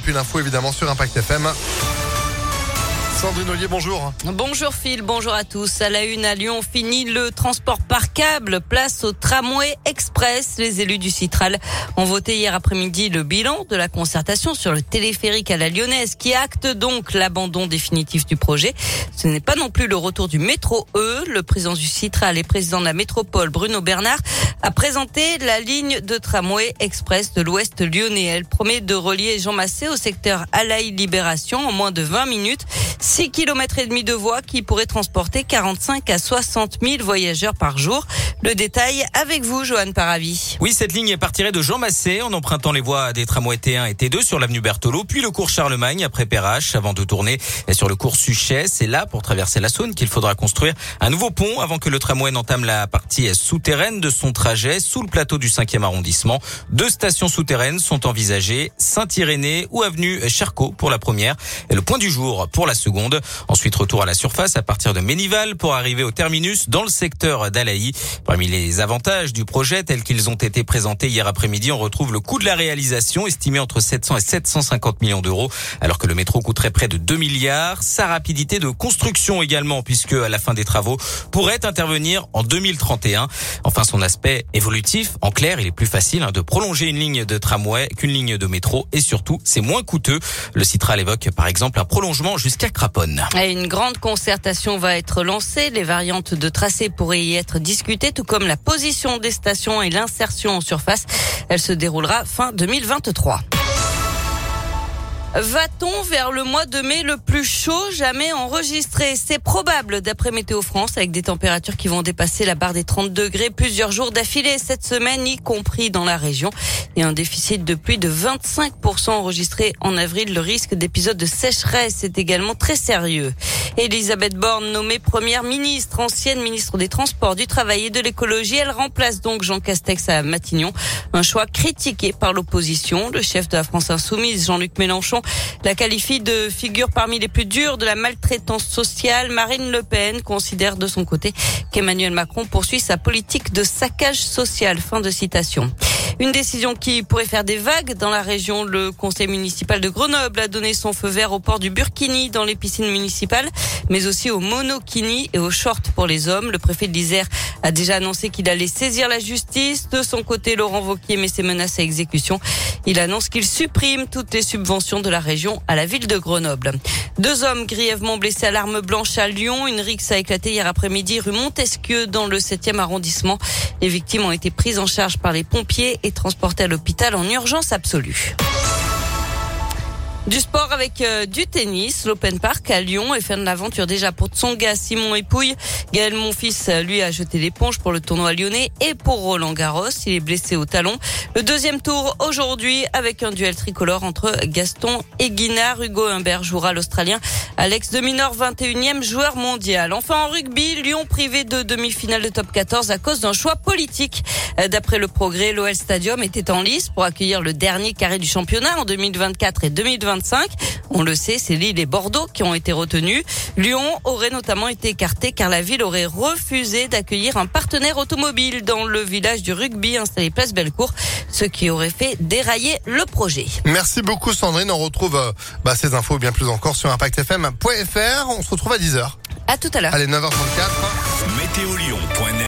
puis l'info évidemment sur Impact FM. Sandrine Ollier, bonjour. Bonjour Phil, bonjour à tous. À la une à Lyon, fini le transport par câble, place au tramway express. Les élus du Citral ont voté hier après-midi le bilan de la concertation sur le téléphérique à la Lyonnaise qui acte donc l'abandon définitif du projet. Ce n'est pas non plus le retour du métro E. Le président du Citral et président de la métropole, Bruno Bernard, a présenté la ligne de tramway express de l'Ouest lyonnais. Elle promet de relier Jean Massé au secteur Alaï-Libération en moins de 20 minutes. 6 km et demi de voies qui pourraient transporter 45 à 60 000 voyageurs par jour. Le détail avec vous, Johan Paravi. Oui, cette ligne partirait de Jean Massé en empruntant les voies des tramways T1 et T2 sur l'avenue Berthelot, puis le cours Charlemagne après Perrache avant de tourner sur le cours Suchet. C'est là, pour traverser la Saône, qu'il faudra construire un nouveau pont avant que le tramway n'entame la partie souterraine de son trajet sous le plateau du 5e arrondissement. 2 stations souterraines sont envisagées, Saint-Irénée ou avenue Charcot pour la première et le Point du Jour pour la seconde. Ensuite, retour à la surface à partir de Ménival pour arriver au terminus dans le secteur d'Alaï. Parmi les avantages du projet tels qu'ils ont été présentés hier après-midi, on retrouve le coût de la réalisation estimé entre 700 et 750 millions d'euros, alors que le métro coûterait près de 2 milliards. Sa rapidité de construction également, puisque à la fin des travaux pourrait intervenir en 2031. Enfin, son aspect évolutif. En clair, il est plus facile de prolonger une ligne de tramway qu'une ligne de métro et surtout, c'est moins coûteux. Le Citral évoque par exemple un prolongement jusqu'à Craponne. Et une grande concertation va être lancée. Les variantes de tracé pourraient y être discutées, tout comme la position des stations et l'insertion en surface. Elle se déroulera fin 2023. Va-t-on vers le mois de mai le plus chaud jamais enregistré? C'est probable d'après Météo France, avec des températures qui vont dépasser la barre des 30 degrés plusieurs jours d'affilée cette semaine, y compris dans la région. Et un déficit de pluie de 25% enregistré en avril. Le risque d'épisodes de sécheresse est également très sérieux. Elisabeth Borne, nommée première ministre, ancienne ministre des Transports, du Travail et de l'Écologie. Elle remplace donc Jean Castex à Matignon. Un choix critiqué par l'opposition. Le chef de la France Insoumise, Jean-Luc Mélenchon, la qualifie de figure parmi les plus dures de la maltraitance sociale. Marine Le Pen considère de son côté qu'Emmanuel Macron poursuit sa politique de saccage social. Fin de citation. Une décision qui pourrait faire des vagues dans la région. Le conseil municipal de Grenoble a donné son feu vert au port du burkini dans les piscines municipales, mais aussi au monokini et aux shorts pour les hommes. Le préfet de l'Isère a déjà annoncé qu'il allait saisir la justice. De son côté, Laurent Wauquiez met ses menaces à exécution. Il annonce qu'il supprime toutes les subventions de la région à la ville de Grenoble. 2 hommes grièvement blessés à l'arme blanche à Lyon. Une rixe a éclaté hier après-midi rue Montesquieu dans le 7e arrondissement. Les victimes ont été prises en charge par les pompiers et transportées à l'hôpital en urgence absolue. Du sport avec du tennis, l'Open Park à Lyon et fin de l'aventure déjà pour Tsonga, Simon et Pouille. Gaël Monfils, lui, a jeté l'éponge pour le tournoi lyonnais et pour Roland Garros. Il est blessé au talon. Le 2e tour aujourd'hui avec un duel tricolore entre Gaston et Guinard. Hugo Humbert jouera l'Australien Alex de Minaur, 21e joueur mondial. Enfin en rugby, Lyon privé de demi-finale de top 14 à cause d'un choix politique. D'après le Progrès, l'OL Stadium était en lice pour accueillir le dernier carré du championnat en 2024 et 2025. On le sait, c'est Lille et Bordeaux qui ont été retenus. Lyon aurait notamment été écarté car la ville aurait refusé d'accueillir un partenaire automobile dans le village du rugby installé place Bellecour, ce qui aurait fait dérailler le projet. Merci beaucoup Sandrine, on retrouve ces infos bien plus encore sur impactfm.fr. On se retrouve à 10h. À tout à l'heure. Allez, 9h34. Météolion.net